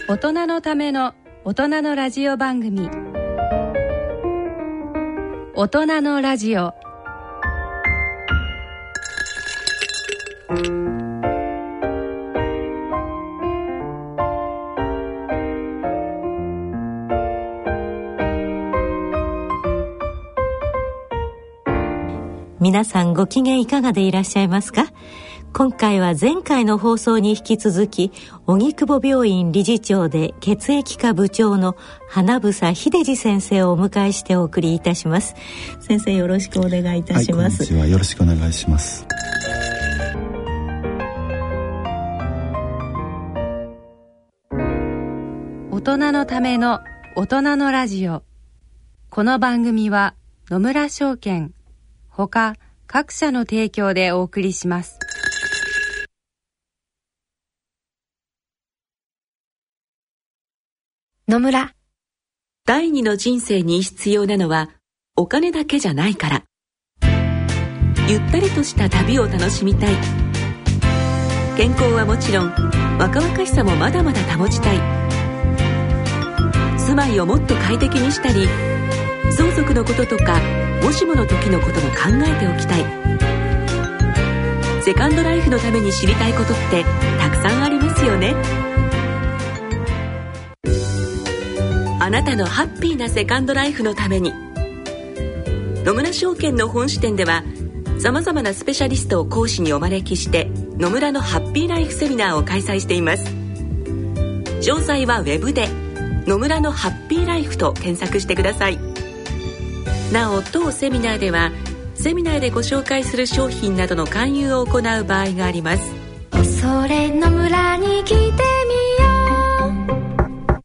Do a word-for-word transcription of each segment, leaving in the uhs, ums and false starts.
大人のための大人のラジオ番組、大人のラジオ。 皆さんご機嫌いかがでいらっしゃいますか？今回は前回の放送に引き続き、荻窪病院理事長で血液科部長の花房秀治先生をお迎えしてお送りいたします。先生、よろしくお願いいたします。はい、こんにちは。よろしくお願いします。 大人のための大人のラジオ。この番組は野村証券ほか各社の提供でお送りします。 野村。 第二の人生に必要なのはお金だけじゃないから。ゆったりとした旅を楽しみたい。健康はもちろん若々しさもまだまだ保ちたい。住まいをもっと快適にしたり、相続のこととかもしもの時のことも考えておきたい。セカンドライフのために知りたいことってたくさんありますよね。あなたのハッピーなセカンドライフのために、野村証券の本支店ではさまざまなスペシャリストを講師にお招きして野村のハッピーライフセミナーを開催しています。詳細はウェブで野村のハッピーライフと検索してください。なお、当セミナーではセミナーでご紹介する商品などの勧誘を行う場合があります。 それ野村に来てみよう。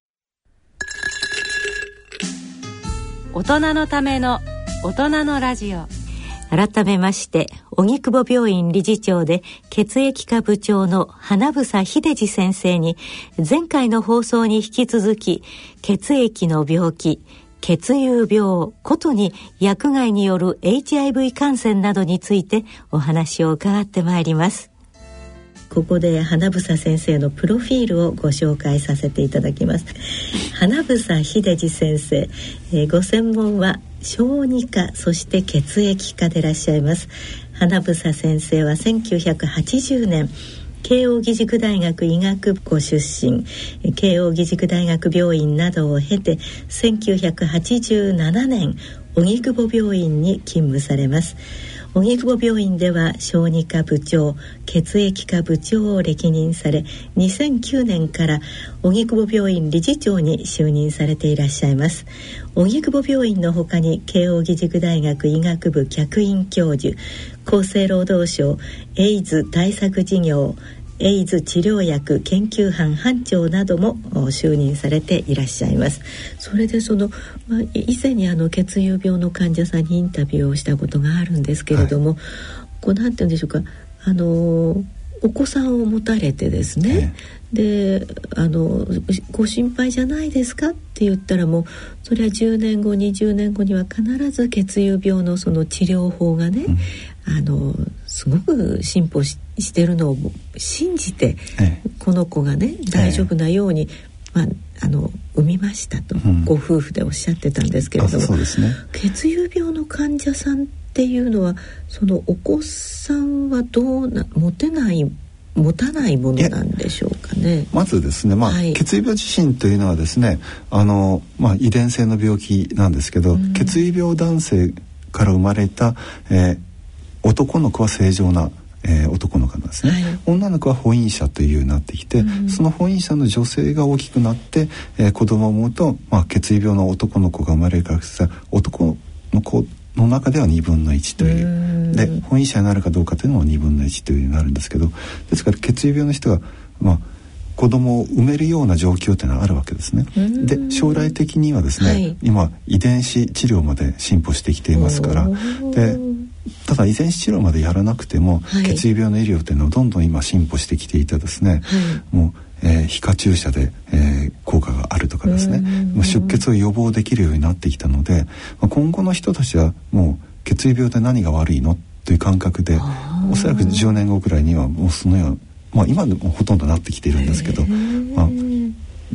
大人のための大人のラジオ。 改めまして、荻窪病院理事長で血液科部長の花房秀治先生に、前回の放送に引き続き血液の病気、血友病ことに薬害による エイチアイブイ 感染などについてお話を伺ってまいります。ここで花房先生のプロフィールをご紹介させていただきます。花房秀治先生、えー、ご専門は小児科、そして血液科でいらっしゃいます。花房先生はせんきゅうひゃくはちじゅうねん慶應義塾大学医学部ご出身、慶應義塾大学病院などを経てせんきゅうひゃくはちじゅうななねん荻窪病院に勤務されます。荻窪病院では小児科部長、血液科部長を歴任され、にせんきゅうねんから荻窪病院理事長に就任されていらっしゃいます。荻窪病院のほかに慶應義塾大学医学部客員教授、厚生労働省エイズ対策事業エイズ治療薬研究班班長なども就任されていらっしゃいます。それでその、まあ、以前にあの血友病の患者さんにインタビューをしたことがあるんですけれども、はい、こうなんて言うんでしょうか、あのお子さんを持たれてですね、ええ、であのご心配じゃないですかって言ったら、もうそれはじゅうねんごにじゅうねんごには必ず血友病のその治療法がね、うん、あのすごく進歩 し, してるのを信じて、ええ、この子がね大丈夫なように、ええ、まあ、あの産みましたと、うん、ご夫婦でおっしゃってたんですけれども、 そうですね、 血友病の患者さんっていうのは、そのお子さんはどうな持てない持たないものなんでしょうかね。 まずですね、まあはい、血友病自身というのはですね、あの、まあ、遺伝性の病気なんですけど、うん、血友病男性から生まれた、えー、男の子は正常な、えー、男の子なんですね、はい、女の子は保因者というようになってきて、うん、その保因者の女性が大きくなって、えー、子供を産むと、まあ、血友病の男の子が生まれるから、男の子の中ではにぶんのいちという、で保因者になるかどうかというのもにぶんのいちというようになるんですけど、ですから血友病の人が、まあ、子供を産めるような状況というのはあるわけですね。で将来的にはですね、はい、今遺伝子治療まで進歩してきていますから、でただ遺伝子治療までやらなくても、はい、血友病の医療というのはどんどん今進歩してきていてですね、はい、もうえー、皮下注射で、えー、効果があるとかですね、もう出血を予防できるようになってきたので、まあ、今後の人たちはもう血友病で何が悪いのという感覚で、おそらくじゅうねんごくらいにはもうそのような、まあ、今でもほとんどなってきているんですけど、まあ、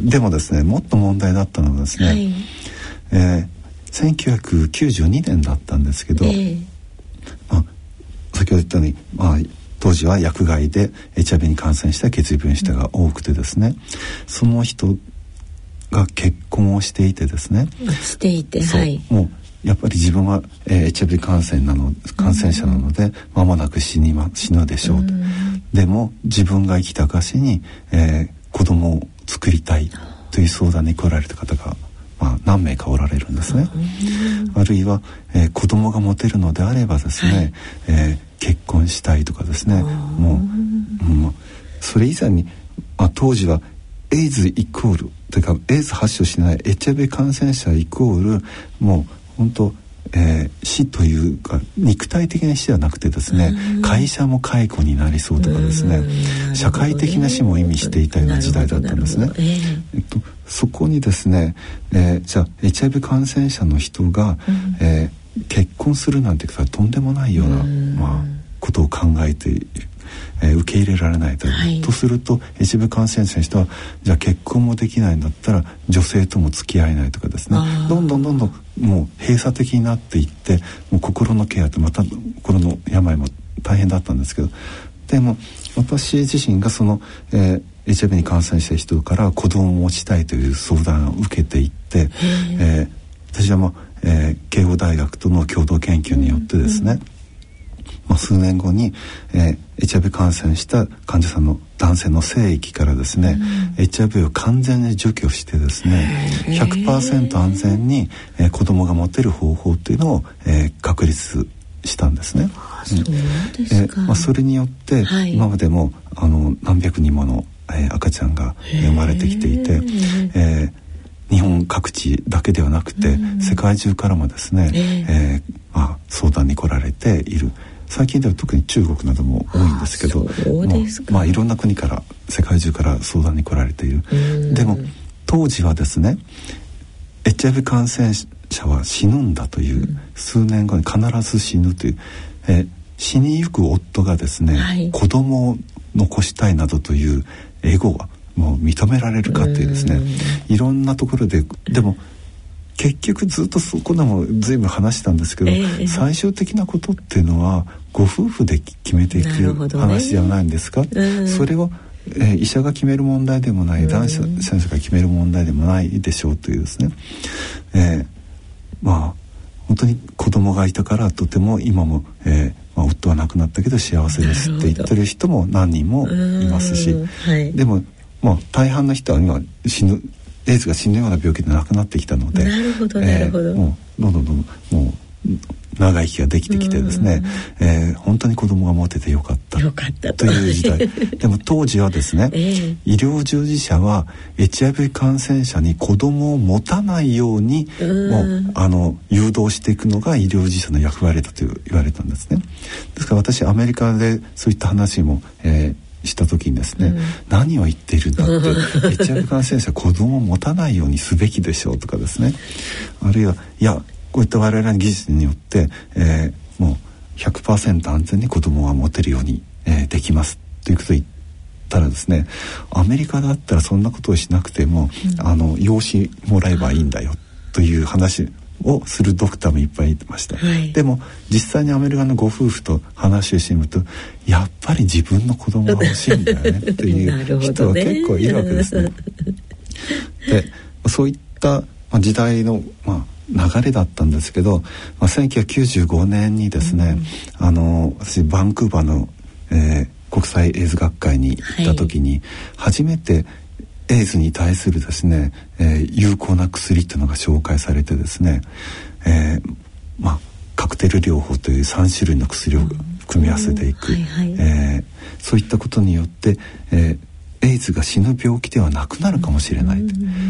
でもですね、もっと問題だったのはですね、はい、えー、せんきゅうひゃくきゅうじゅうにねんだったんですけど、えーまあ、先ほど言ったように、まあ、当時は薬害で エイチアイブイ に感染した血液病の人が多くてですね、うん、その人が結婚をしていてですね、 していて、はい、 もうやっぱり自分は、えー、エイチアイブイ 感染なの感染者なので、うん、間もなく死に、ま、死ぬでしょうと、うん、でも自分が生きた証に、えー、子供を作りたいという相談に来られた方が、まあ、何名かおられるんですね、うん、あるいは、えー、子供が持てるのであればですね、はい、えー、結婚したいとかですね、もう、もうそれ以前に、まあ、当時はエイズイコールというかエイズ発症しない エイチアイブイ 感染者イコールもう本当、えー、死というか肉体的な死ではなくてですね、会社も解雇になりそうとかですね、社会的な死も意味していたような時代だったんですね。えっと、そこにですね、えー、じゃあ エイチアイブイ 感染者の人が、えー、結婚するなんてことはとんでもないような、まあ、ことを考えている。えー、受け入れられないと、はい、とするとエイチアイブイ 感染者の人はじゃあ結婚もできないんだったら女性とも付き合えないとかですね、どんどんどんどんもう閉鎖的になっていって、もう心のケアってまた心の病も大変だったんですけど、でも私自身がその、えー、エイチアイブイ に感染した人から子供を持ちたいという相談を受けていって、えー、私はもう、えー、慶応大学との共同研究によってですね、うんうん、まあ、数年後に、えー、エイチアイブイ 感染した患者さんの男性の精液からですね、うん、エイチアイブイ を完全に除去してですね ひゃくパーセント 安全に、えー、子供が持てる方法というのを、えー、確立したんですね。 そうですか。 えーまあ、それによって、はい、今までもあの何百人もの、えー、赤ちゃんが生まれてきていて、えー、日本各地だけではなくて、うん、世界中からもですね、えーえーまあ、相談に来られている。最近では特に中国なども多いんですけど、 そうですか。 まあ、いろんな国から世界中から相談に来られている。でも当時はですね、エイチアイブイ 感染者は死ぬんだという、うん、数年後に必ず死ぬという、えー、死にゆく夫がですね、はい、子供を残したいなどというエゴはもう認められるかっていうですね、いろんなところで、でも結局ずっとそこでも随分話したんですけど、えー、最終的なことっていうのはご夫婦で決めていく話じゃないんですか、ね、うん、それを、えー、医者が決める問題でもない、うん、男性先生が決める問題でもないでしょうというですね、えー、まあ本当に子供がいたからとても今も、えーまあ、夫は亡くなったけど幸せですって言ってる人も何人もいますし、はい、でも、まあ、大半の人は今死ぬエイズが死ぬような病気で亡くなってきたので、 なるほどなるほど、 えー、もうどんどんどんどんもう長生きができてきてですね、えー、本当に子供が持ててよかったよかったという時代でも当時はですね、えー、医療従事者は エイチアイブイ 感染者に子供を持たないようにもうあの誘導していくのが医療従事者の役割だと言われたんですね。ですから私アメリカでそういった話も、えーした時にですね、うん、何を言っているんだってエイチアイブイ 感染者は子供を持たないようにすべきでしょうとかですね、あるいはいやこういった我々の技術によって、えー、もう ひゃくパーセント 安全に子供が持てるように、えー、できますということを言ったらですね、アメリカだったらそんなことをしなくても、うん、あの養子もらえばいいんだよという話をするドクターもいっぱいいました、はい、でも実際にアメリカのご夫婦と話をしてみるとやっぱり自分の子供が欲しいんだよねという人は結構いるわけですね。でそういった時代の、まあ、流れだったんですけど、まあ、せんきゅうひゃくきゅうじゅうごねんにですね、うん、あの私バンクーバーの、えー、国際エイズ学会に行った時に、はい、初めてエイズに対するですね、えー、有効な薬というのが紹介されてですね、えーまあ、カクテル療法というさん種類の薬を組み合わせていく、うんはいはいえー、そういったことによって、えー、エイズが死ぬ病気ではなくなるかもしれない、うん、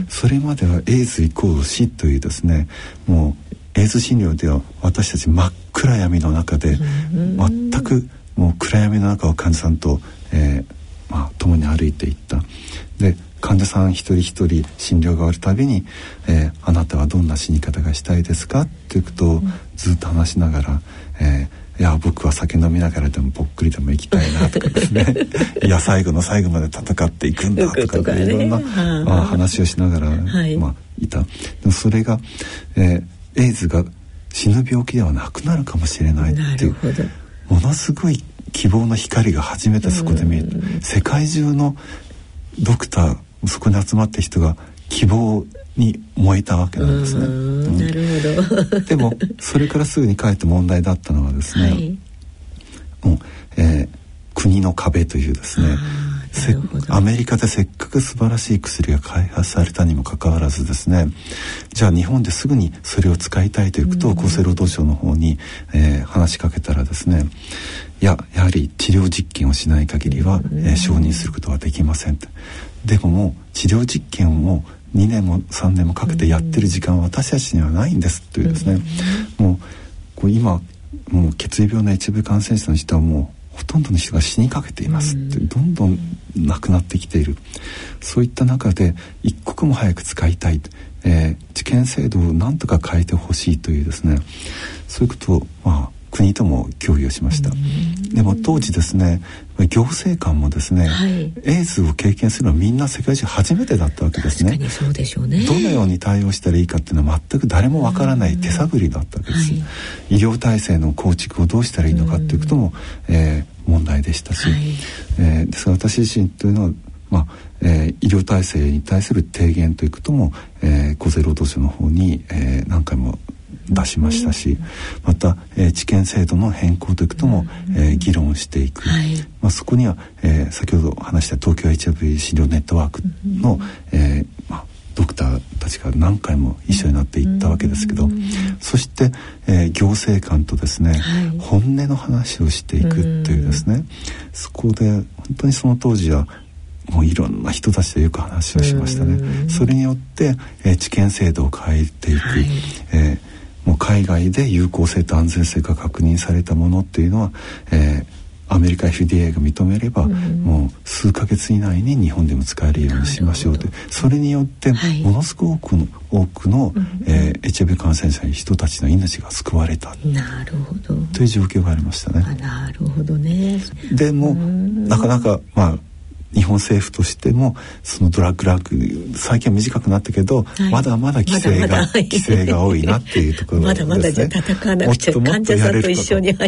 それまではエイズイコール死というですね、もうエイズ診療では私たち真っ暗闇の中で、うん、全くもう暗闇の中を患者さんと、えーまあ、共に歩いていった。で患者さん一人一人診療が終わるたびに、えー、あなたはどんな死に方がしたいですかということをずっと話しながら、えーいや僕は酒飲みながらでもぽっくりでも行きたいなとかですねいや最後の最後まで戦っていくんだとか、ね、いろんな、まあ、話をしながら、はいまあ、いた。でもそれが、えー、エイズが死ぬ病気ではなくなるかもしれないっていうものすごい希望の光が初めてそこで見えた。世界中のドクターそこに集まった人が希望に燃えたわけなんですね。うん、 なるほどでもそれからすぐに帰って問題だったのはですね、はい、もう、えー、国の壁というですね、アメリカでせっかく素晴らしい薬が開発されたにもかかわらずですね、じゃあ日本ですぐにそれを使いたいということを厚生労働省の方に、えー、話しかけたらですね、いややはり治療実験をしない限りは、えー、承認することはできませんと。でももう治療実験をにねんもさんねんもかけてやってる時間は私たちにはないんですというですね、もうこう今もう血液病のエイチアイブイ感染者の人はもうほとんどの人が死にかけていますってどんどん亡くなってきている。そういった中で一刻も早く使いたい、えー、治験制度をなんとか変えてほしいというですね、そういうことをまあ国とも協議をしました。でも当時ですね行政官もですね、はい、エイズを経験するのはみんな世界中初めてだったわけですね。 確かにそうでしょうね。 どのように対応したらいいかっていうのは全く誰もわからない手探りだったわけです、はい、医療体制の構築をどうしたらいいのかっていうことも、えー、問題でしたし、はいえー、ですから私自身というのはまあえー、医療体制に対する提言ということも、えー、厚生労働省の方に、えー、何回も出しましたし、また、えー、治験制度の変更ということも、えー、議論していく、はいまあ、そこには、えー、先ほど話した東京 エイチアイブイ 診療ネットワークの、えーまあ、ドクターたちが何回も一緒になっていったわけですけど、そして、えー、行政官とですね、はい、本音の話をしていくというですね、そこで本当にその当時はもういろんな人たちとよく話をしましたね。それによって、えー、治験制度を変えていく、はいえーもう海外で有効性と安全性が確認されたものっていうのは、えー、アメリカ エフディーエー が認めれば、うん、もう数ヶ月以内に日本でも使えるようにしましょうと。それによってものすごく多くの、多くの、えー、エイチアイブイ 感染者の人たちの命が救われたなるほどという状況がありましたね。 あなるほどね。 でもなかなかまあ日本政府としてもそのドラッグラグ最近は短くなったけど、はい、まだまだ規制がまだまだ規制が多いなっていうところですね。まだまだじゃ戦わなくちゃ患者さんと一緒に、はい、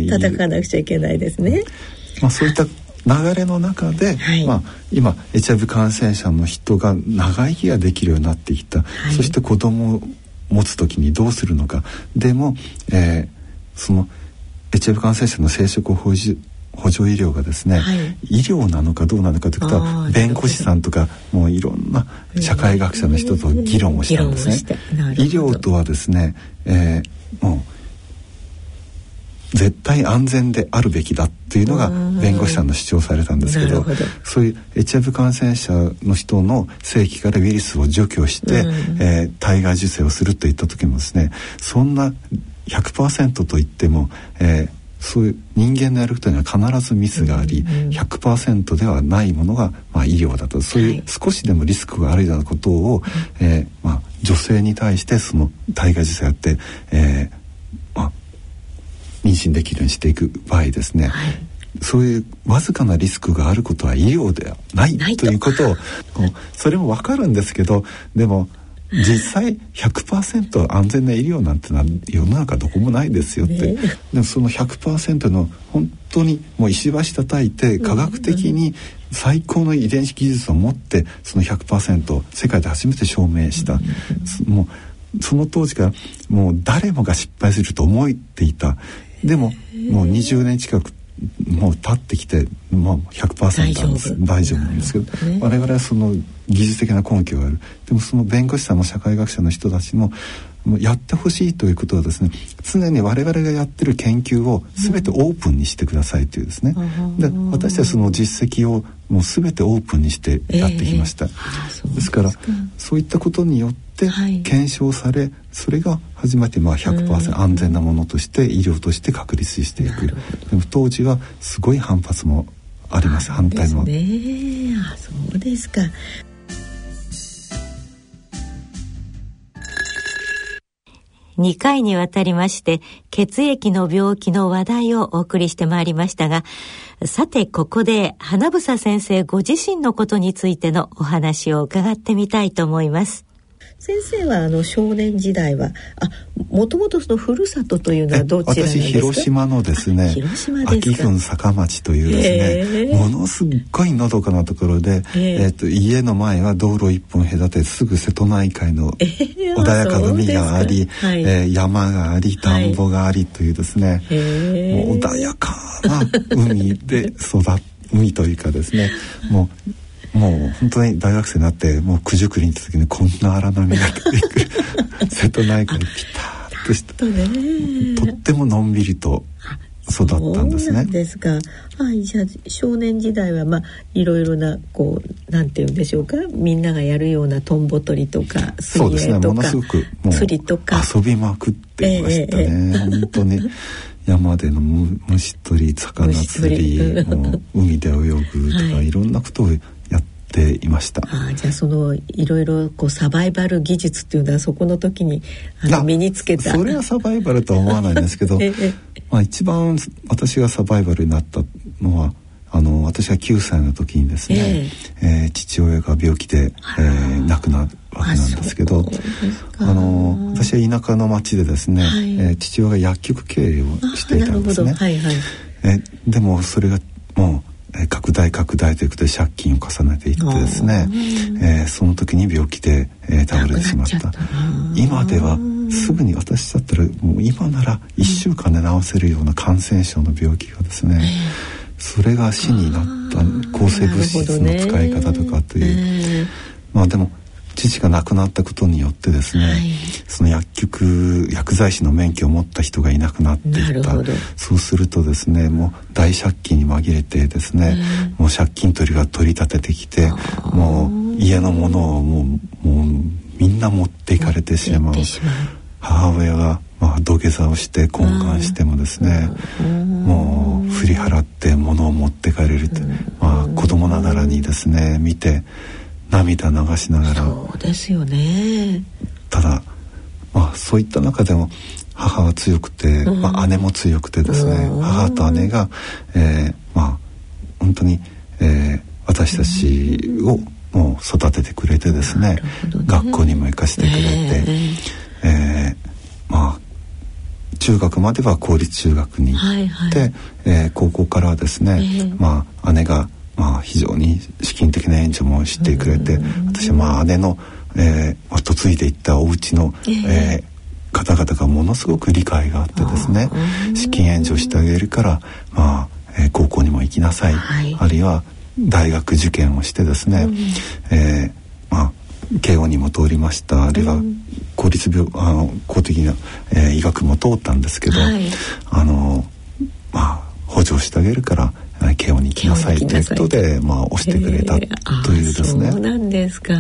戦わなくちゃいけないですね。 まあ、そういった流れの中で、はいまあ、今 エイチアイブイ 感染者の人が長生きができるようになってきた、はい、そして子供を持つ時にどうするのか。でも、えー、その エイチアイブイ 感染者の生殖保持補助医療がですね、はい、医療なのかどうなのかということは弁護士さんとかもういろんな社会学者の人と議論をしたんですね。医療とはですね、えー、もう絶対安全であるべきだっていうのが弁護士さんの主張されたんですけど、どそういう エイチアイブイ 感染者の人の性器からウイルスを除去して、えー、体外受精をするといった時もですね、そんな ひゃくパーセント と言っても、えーそういう人間のやることには必ずミスがあり、うんうん、ひゃくパーセント ではないものが、まあ、医療だと。そういう少しでもリスクがあるようなことを、はいえーまあ、女性に対してその体外受精やって、えーまあ、妊娠できるようにしていく場合ですね、はい、そういうわずかなリスクがあることは医療ではないということをそれも分かるんですけど、でも実際 ひゃくパーセント 安全な医療なんてのは世の中どこもないですよって、ね、でもその ひゃくパーセント の本当にもう石橋叩いて科学的に最高の遺伝子技術を持ってその ひゃくパーセント 世界で初めて証明した、もうその当時からもう誰もが失敗すると思っていた。でももうにじゅうねん近くもう経ってきてもう ひゃくパーセント なんです大丈夫なんですけど、ね、我々はその技術的な根拠がある。でもその弁護士さんも社会学者の人たちももうやってほしいということはですね、常に我々がやってる研究を全てオープンにしてくださいというですね、うん、で私たちその実績をもう全てオープンにしてやってきました、えー、で, ですからそういったことによって検証され、はい、それが初めてまあ ひゃくパーセント 安全なものとして医療として確立していく。でも当時はすごい反発もあります。反対の。 ね、あ、そうですか。 にかいにわたりまして血液の病気の話題をお送りしてまいりましたが、さてここで花房先生ご自身のことについてのお話を伺ってみたいと思います。 先生はあの少年時代はあもともとそのふるさとというのはどちらなんですか？ 私広島のですね、 広島ですか。 安芸郡坂町というですね、ものすごいのどかなところで、えーえー、と家の前は道路一本隔てすぐ瀬戸内海の穏やかな海があり、えーはいえー、山があり田んぼがありというですね、はい、もう穏やかな海で育っ海というかですね、もうもう本当に大学生になってもう九十九里に行った時にこんな荒波が出てくる瀬戸内海でピタッとした と, ね、とってものんびりと育ったんですね。 そうなんですか。はい、じゃあ少年時代はまあいろいろなこうなんていうんでしょうか、みんながやるようなトンボ取りとか水泳とか、そうですね、ものすごくもう釣りとか遊びまくっていましたね、えーえー、本当に山での虫取り魚釣り、うん、もう海で泳ぐとか、はい、いろんなことをやっていました。 あ、じゃあそのいろいろこうサバイバル技術っていうのはそこの時にあの身につけた。 それはサバイバルとは思わないんですけど、ええ、まあ、一番私がサバイバルになったのはあの私がきゅうさいの時にですね、えええー、父親が病気で、えー、亡くなるわけなんですけど、あの私は田舎の町でですね、はい、えー、父親が薬局経営をしていたんですね。はいはい、えー、でもそれがもう、えー、拡大拡大ということで借金を重ねていってですね、えー、その時に病気で、えー、倒れてしまった。今ではすぐに私だったらもう今ならいっしゅうかんで治せるような感染症の病気がですね、それが死になった抗生物質の使い方とかという、まあでも父が亡くなったことによってですね、はい、その薬局薬剤師の免許を持った人がいなくなっていった。そうするとですね、もう大借金に紛れてですね、もう借金取りが取り立ててきて、もう家のものをもう、もうみんな持っていかれてしまう。母親がまあ土下座をして懇願してもですね、もう振り払って物を持ってかれると、まあ子供ながらにですね見て涙流しながら。 そうですよね。 ただ、まあ、そういった中でも母は強くて、うん、まあ、姉も強くてですね、うん、母と姉が、えー、まあ本当に、えー、私たちをもう育ててくれてですね、ね、学校にも行かせてくれて、えーえー、まあ中学までは公立中学に行って、はいはい、えー、高校からはですね、えー、まあ姉がまあ、非常に資金的な援助もしてくれて、私はまあ姉の、えー、嫁いでいったお家の、えーえー、方々がものすごく理解があってですね、資金援助してあげるから、まあえー、高校にも行きなさい、はい、あるいは大学受験をしてですね、うん、えー、まあ慶応にも通りました。あるいは公立病あの公的な、えー、医学も通ったんですけど、はい、あのまあ補助してあげるから慶応に行きなさいということで、まあ、押してくれたというですね。 そうなんですか。うん、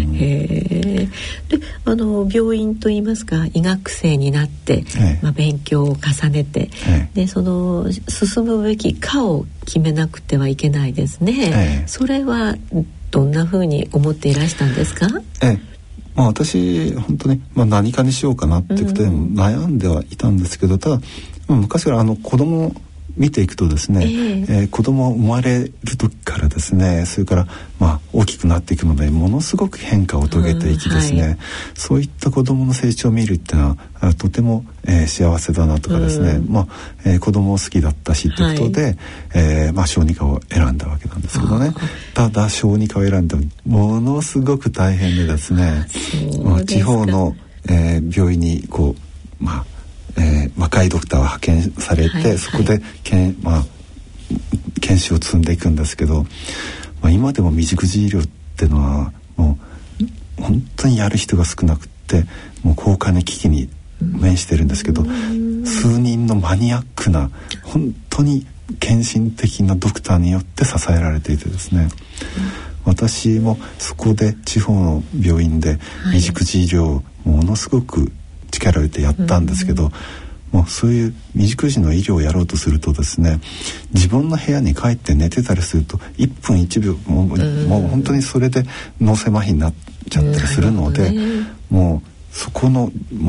へで、あの病院といいますか医学生になって、まあ、勉強を重ねて、でその進むべき科を決めなくてはいけないですね。それはどんなふうに思っていらしたんですか？ ええ、まあ、私本当に、まあ、何かにしようかなっていうことで悩んではいたんですけど、ただ、まあ、昔からあの子供見ていくとですね、えーえー、子供生まれる時からですね、それからまあ大きくなっていくのでものすごく変化を遂げていきですね、うん、はい、そういった子供の成長を見るっていうのはとても、えー、幸せだなとかですね、うん、まあ、えー、子供を好きだったしということで、はい、えー、まあ小児科を選んだわけなんですけどね。ただ小児科を選んでもものすごく大変でですね、まあ、地方の、えー、病院にこうまあえー、若いドクターは派遣されて、はいはい、そこでけん、まあ、研修を積んでいくんですけど、まあ、今でも未熟児医療っていうのはもう本当にやる人が少なくってもう高価な危機に面してるんですけど、数人のマニアックな本当に献身的なドクターによって支えられていてですね、私もそこで地方の病院で未熟児医療をものすごく力を入れてやったんですけど、うん、もうそういう未熟児の医療をやろうとするとですね、自分の部屋に帰って寝てたりするといっぷんいちびょうもう、うん、もう本当にそれで脳性麻痺になっちゃったりするので、うん、もうそこのもう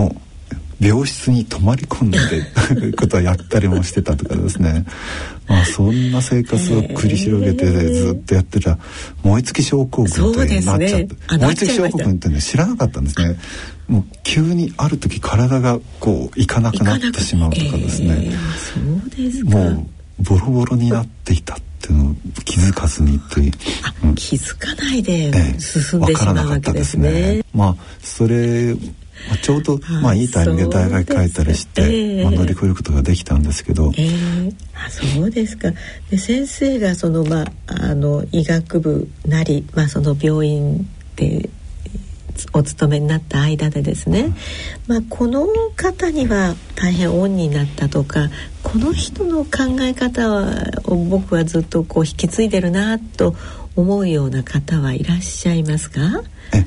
病室に泊まり込んでことはやったりもしてたとかですねまあそんな生活を繰り広げてずっとやってたら燃え尽き症候群というなっちゃって、ね、燃え尽き症候群ってね知らなかったんですね。もう急にある時体がこういかなくなってしまうとかですね、 えー、そうですか。 もうボロボロになっていたっていうのを気づかずにという、 うん、気づかないで進んでしまうわけですね。えー、わからなかったですね。 まあそれちょうどまあいいタイミングで大学帰ったりして、えーまあ、乗り越えることができたんですけど、 えー、あそうですか。で先生がその、まあ、あの医学部なり、まあ、その病院でお勤めになった間でですね、まあ、この方には大変恩になったとか、この人の考え方を僕はずっとこう引き継いでるなと思うような方はいらっしゃいますか？ え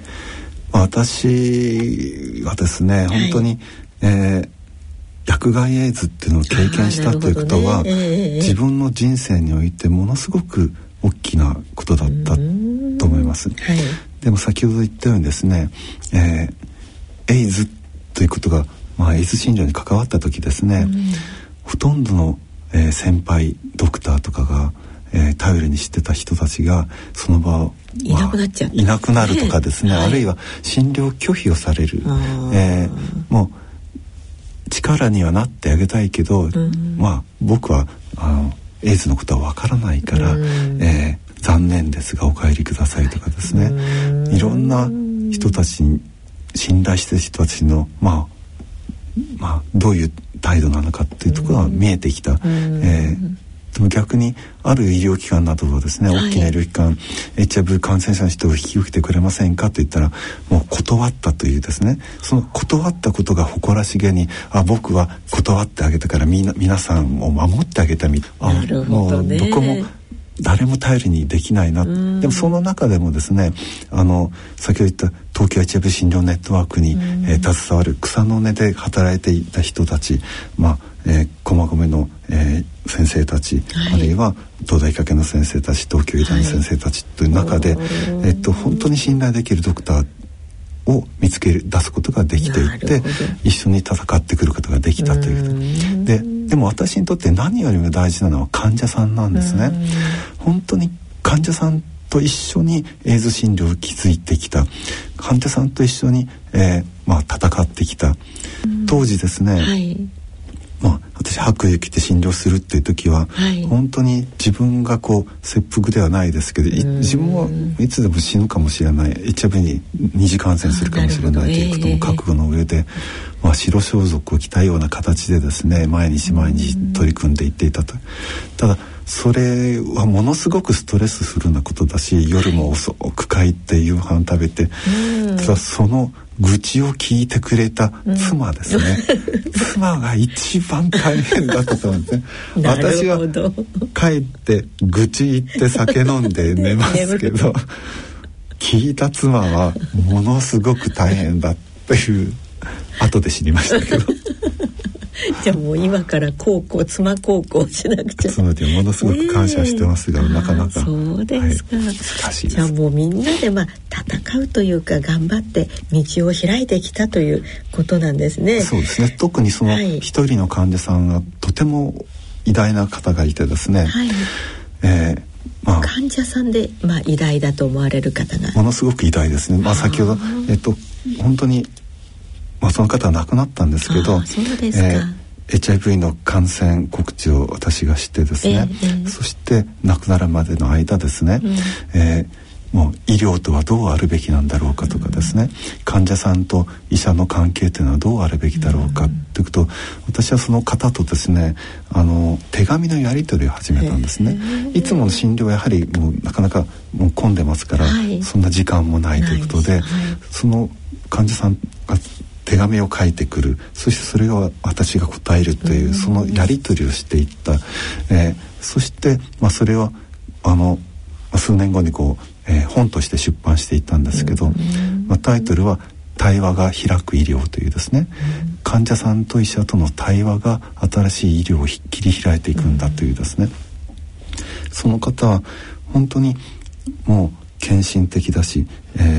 私はですね、本当に、はい、えー、薬害エイズっていうのを経験したということは、ねえー、自分の人生においてものすごく大きなことだったと思います。はい、でも先ほど言ったようにですね、えー、エイズということが、まあ、エイズ診療に関わった時ですね、ほとんどの、えー、先輩ドクターとかが、えー、頼りにしてた人たちがその場をいなくなっちゃう、 いなくなるとかですね、はい、あるいは診療拒否をされる、えー、もう力にはなってあげたいけど、うん、まあ僕はあのエイズのことはわからないから、うん、えー、残念ですがお帰りくださいとかですね、うん、いろんな人たちに信頼してる人たちのまあまあどういう態度なのかっていうところが見えてきた、うん、えーでも逆にある医療機関などはですね、大きな医療機関、はい、エイチアイブイ 感染者の人を引き受けてくれませんかと言ったらもう断ったというですね、その断ったことが誇らしげに、あ僕は断ってあげたからみんな皆さんを守ってあげたみたいな、 なるほどね、 もうどこも誰も頼りにできないな。でもその中でもですね、あの先ほど言った東京 エイチアイブイ 診療ネットワークに、えー、携わる草の根で働いていた人たち、まあえー、駒込の、えー、先生たち、はい、あるいは東大医科系の先生たち、東京医大の先生たちという中で、はい、えっと、本当に信頼できるドクターを見つける出すことができていて、一緒に戦ってくることができたということで、でも私にとって何よりも大事なのは患者さんなんですね。本当に患者さんと一緒にエイズ診療を築いてきた、患者さんと一緒に、えーまあ、戦ってきた当時ですね、はい、まあ、私白衣着て診療するっていう時は、はい、本当に自分がこう切腹ではないですけど、自分はいつでも死ぬかもしれない、エイチアイブイ に二次感染するかもしれないということも覚悟の上で、えーまあ、白装束を着たような形でですね、毎日毎日取り組んでいっていたと。ただそれはものすごくストレスフルなことだし、夜も遅く帰って夕飯食べて、ただその愚痴を聞いてくれた妻ですね、うん、妻が一番大変だったと思うんですね私は帰って愚痴言って酒飲んで寝ますけど聞いた妻はものすごく大変だっていう後で知りましたけどじゃあもう今から孝行妻孝行しなくちゃ。 妻にものすごく感謝してますが、えー、なかなかそうですか、はい、難しいです。じゃあもうみんなでまあ戦うというか頑張って道を開いてきたということなんですね。 そうですね。特にその一人の患者さんがとても偉大な方がいてですね、はい、えーまあ、 患者さんで、まあ、偉大だと思われる方がものすごく偉大ですね。まあ、先ほど、えっと、本当にまあ、その方は亡くなったんですけど、 そうですか、えー、 エイチアイブイ の感染告知を私がしてですね、えーえー、そして亡くなるまでの間ですね、うん、えー、もう医療とはどうあるべきなんだろうかとかですね、うん、患者さんと医者の関係というのはどうあるべきだろうか、うん、ということを私はその方とですね、あの手紙のやり取りを始めたんですね。いつもの診療はやはりもうなかなかもう混んでますから、はい、そんな時間もないということで、はい、その患者さんが手紙を書いてくる、そしてそれを私が答えるという、そのやり取りをしていった、えー、そして、まあ、それをあの数年後にこう、えー、本として出版していったんですけど、まあ、タイトルは対話が開く医療というですね、患者さんと医者との対話が新しい医療を切り開いていくんだというですね、その方は本当にもう献身的だし、えー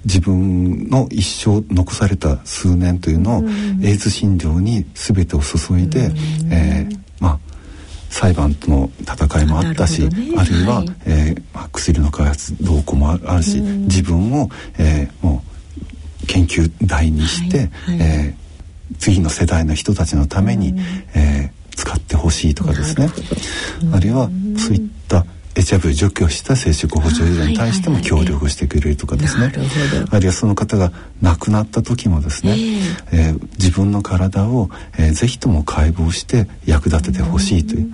自分の一生残された数年というのをエイズ診療に全てを注いで、えー、まあ裁判との戦いもあったし、あ, ね、あるいは、はいえーまあ、薬の開発動向もあるし、自分を、えー、もう研究台にして、はいはいえー、次の世代の人たちのために、えー、使ってほしいとかですね、あるいはそういったエイチアイブイ を除去した生殖補助医療に対しても協力してくれるとかですね、あるいはその方が亡くなった時もですね、えーえー、自分の体を、えー、ぜひとも解剖して役立ててほしいという。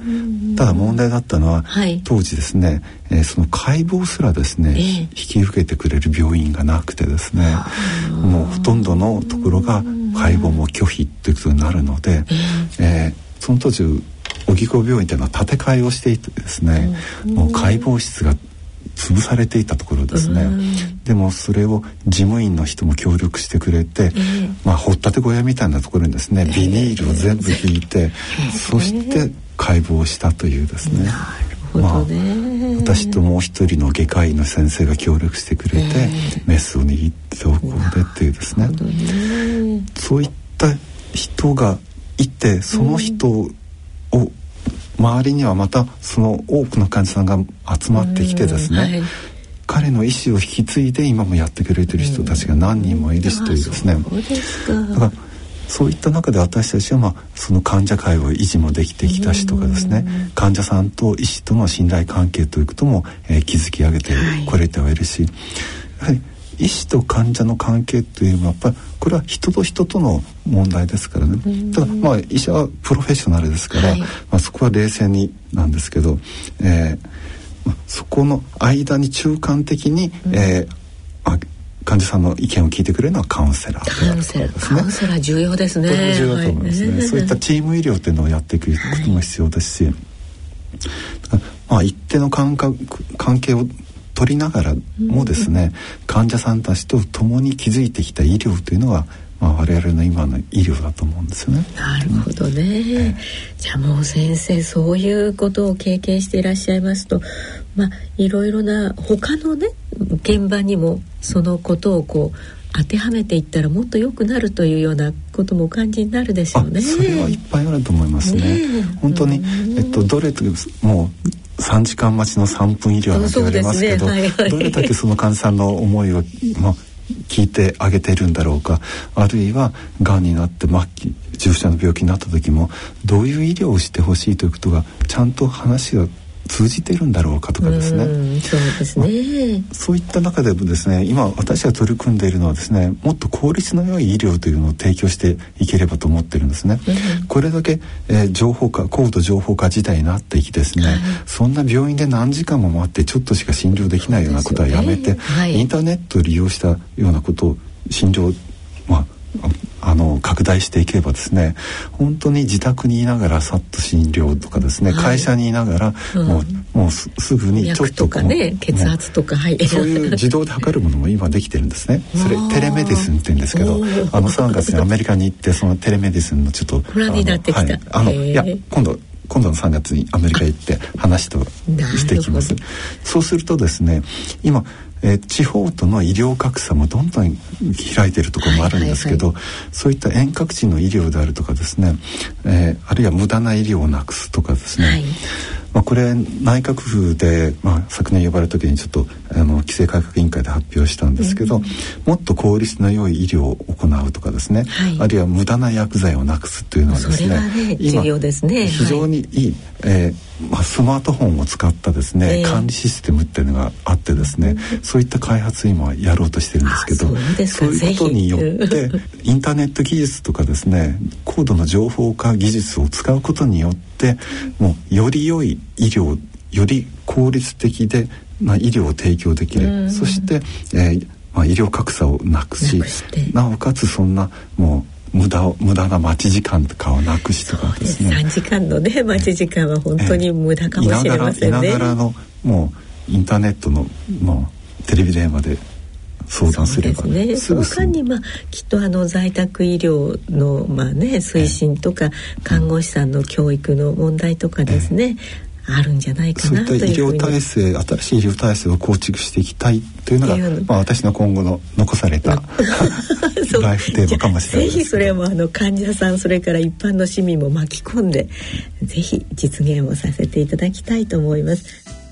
ただ問題だったのは、はい、当時ですね、えー、その解剖すらですね、えー、引き受けてくれる病院がなくてですね、もうほとんどのところが解剖も拒否ということになるので、えーえー、その当時荻窪病院というのは建て替えをしていてですね、もう解剖室が潰されていたところですね、でもそれを事務員の人も協力してくれて、えーまあ、掘ったて小屋みたいなところにですねビニールを全部引いて、えー、そして解剖したというですね、まあ、私ともう一人の外科医の先生が協力してくれて、えー、メスを握っておこうでっていうですね、そういった人がいて、その人を周りにはまたその多くの患者さんが集まってきてですね、はい、彼の意思を引き継いで今もやってくれてる人たちが何人もいるしというですね、そうですか。だからそういった中で私たちは、まあ、その患者会を維持もできてきたしとかですね、患者さんと医師との信頼関係ということも、えー、築き上げてこれてはいるし、はい、やはり医師と患者の関係というのはやっぱりこれは人と人との問題ですからね。ただまあ医者はプロフェッショナルですから、はい、まあ、そこは冷静になんですけど、えーまあ、そこの間に中間的に、うんえーまあ、患者さんの意見を聞いてくれるのはカウンセラーであるとかですね。 カウンセラー重要ですね。 これも重要だと思いますね、はい、そういったチーム医療というのをやっていくことも必要ですし、はい、まあ、一定の感覚関係を取りながらもですね、うん、患者さんたちと共に築いてきた医療というのは、まあ、我々の今の医療だと思うんですよね。 なるほどね、えー、じゃあもう先生そういうことを経験していらっしゃいますと、まあ、いろいろな他のね現場にもそのことをこう当てはめていったらもっと良くなるというようなこともお感じになるでしょうね。 あ、それはいっぱいあると思いますね。ね、本当に、えっと、どれともうさんじかん待ちのさんぷん医療なんて言われますけど、ねはいはい、どれだけその患者さんの思いを、まあ、聞いてあげているんだろうか、あるいはがんになって末期重症の病気になった時もどういう医療をしてほしいということがちゃんと話が通じているんだろうかとかですね。 うん、そうですね、 まあ、そういった中でもですね、今私が取り組んでいるのはですね、もっと効率の良い医療というのを提供していければと思ってるんですね、うん、これだけ、えー、情報化高度情報化時代になっていきですね、はい、そんな病院で何時間も待ってちょっとしか診療できないようなことはやめて、ねはい、インターネットを利用したようなことを診療、まああの拡大していけばですね、本当に自宅にいながらさっと診療とかですね、はい、会社にいながら、うん、もう、もう す, すぐにちょっととかね、血圧とか、はい、 そういう自動で測るものも今できてるんですね。それテレメディスンって言うんですけど、あのさんがつにアメリカに行ってそのテレメディスンのちょっとご覧になってきた、はい、 あのいや今度今度のさんがつにアメリカ行って話としてきます。そうするとですね、今えー、地方との医療格差もどんどん開いているところもあるんですけど、はいはいはい、そういった遠隔地の医療であるとかですね、えー、あるいは無駄な医療をなくすとかですね、はい、まあ、これ内閣府で、まあ、昨年呼ばれた時にちょっとあの規制改革委員会で発表したんですけど、うん、もっと効率の良い医療を行うとかですね、はい、あるいは無駄な薬剤をなくすというのはですね、それはね重要ですね。 非常にいい、はい、えーまあ、スマートフォンを使ったですね、えー、管理システムっていうのがあってですね、うん、そういった開発を今やろうとしてるんですけど、そうそういうことによってインターネット技術とかですね、高度の情報化技術を使うことによってもうより良い医療、より効率的でな医療を提供できる、うん、そして、えーまあ、医療格差をなくし、なおかつそんなもう無駄を無駄な待ち時間とかをなくしとかですね、 さんじかんのね待ち時間は本当に無駄かもしれませんね。 いながらのもうインターネットのもうテレビ電話で相談すれば、 そうですね、その間に、まあ、きっとあの在宅医療の、まあね、推進とか看護師さんの教育の問題とかですね、 あるんじゃないかなというふうに。 そういった医療体制、新しい医療体制を構築していきたいというのが、まあ、私の今後の残されたライフテーマかもしれないです。 ぜひそれもあの患者さん、それから一般の市民も巻き込んで、ぜひ実現をさせていただきたいと思います。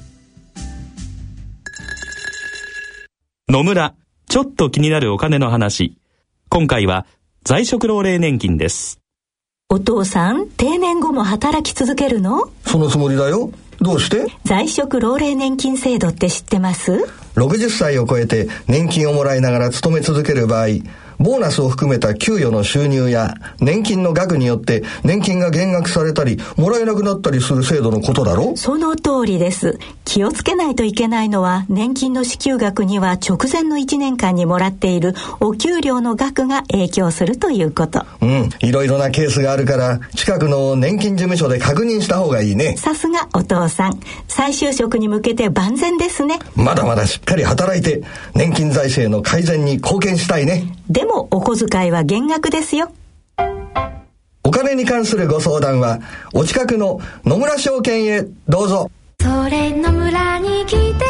野村、ちょっと気になるお金の話。今回は在職老齢年金です。 お父さん、定年後も働き続けるの？ そのつもりだよ。どうして？ 在職老齢年金制度って知ってます？ ろくじゅっさいを超えて年金をもらいながら勤め続ける場合、ボーナスを含めた給与の収入や年金の額によって年金が減額されたりもらえなくなったりする制度のことだろう。 その通りです。気をつけないといけないのは、年金の支給額には直前のいちねんかんにもらっているお給料の額が影響するということ。 うん、いろいろなケースがあるから近くの年金事務所で確認した方がいいね。 さすがお父さん、再就職に向けて万全ですね。 まだまだしっかり働いて年金財政の改善に貢献したいね。 でもお小遣いは減額ですよ。 お金に関するご相談はお近くの野村証券へどうぞ。 それ野村に来てみよ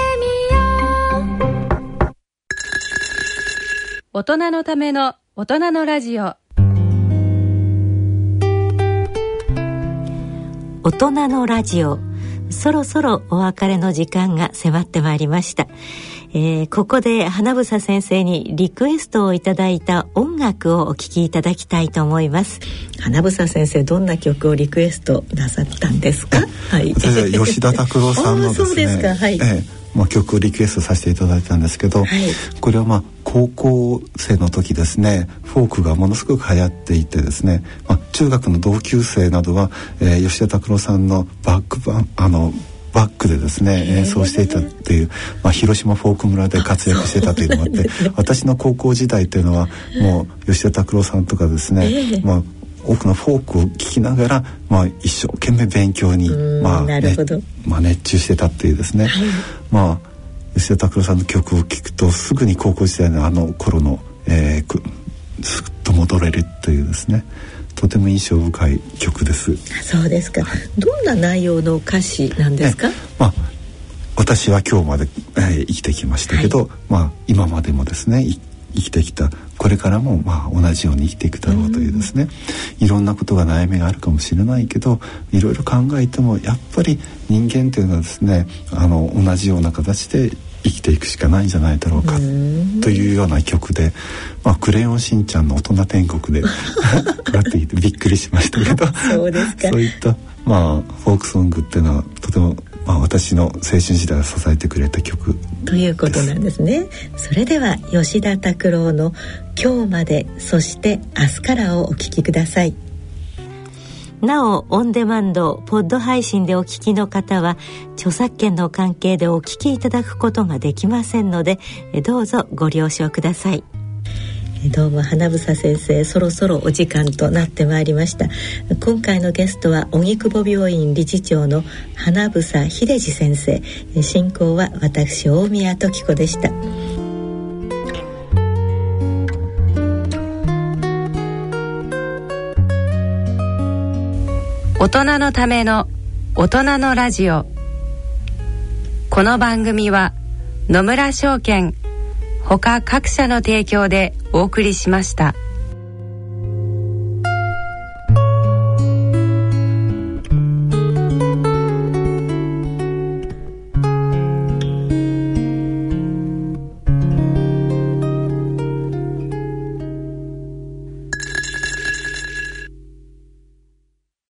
う。 大人のための大人のラジオ。 大人のラジオ、そろそろお別れの時間が迫ってまいりました。えー、ここで花房先生にリクエストをいただいた音楽をお聴きいただきたいと思います。 花房先生、どんな曲をリクエストなさったんですか？はい、 吉田拓郎さんのですね、 そうですか、はい、 ええ、まあ、曲をリクエストさせていただいたんですけど、はい、これはまあ高校生の時ですね、フォークがものすごく流行っていてですね、まあ、中学の同級生などは、えー、吉田拓郎さんのバックバンあのバックでですね演奏していたっていう、まあ、広島フォーク村で活躍してたというのもあって私の高校時代というのはもう吉田拓郎さんとかですね、えー、まあ多くのフォークを聴きながら、まあ、一生懸命勉強に、まあねまあ、熱中してたっていうですね、はい、まあ、吉田拓郎さんの曲を聴くとすぐに高校時代のあの頃の、えー、すっと戻れるというですね、とても印象深い曲です。 そうですか、はい、どんな内容の歌詞なんですか？ まあ、私は今日まで、えー、生きてきましたけど、はい、まあ、今までもですね生きてきた、これからもまあ同じように生きていくだろうというですね、いろんなことが悩みがあるかもしれないけど、いろいろ考えてもやっぱり人間というのはですね、あの同じような形で生きていくしかないんじゃないだろうかというような曲で、まあ、クレヨンしんちゃんの大人天国でやっていてびっくりしましたけどそうですか。 そういった、まあ、フォークソングっていうのはとても、まあ、私の青春時代を支えてくれた曲ということなんですね。それでは吉田拓郎の今日まで、そして明日からをお聴きください。 なおオンデマンドポッド配信でお聞きの方は著作権の関係でお聞きいただくことができませんので、どうぞご了承ください。 どうも花房先生、そろそろお時間となってまいりました。今回のゲストは荻窪病院理事長の花房秀司先生、進行は私大宮時子でした。 大人のための大人のラジオ。この番組は野村証券他各社の提供でお送りしました。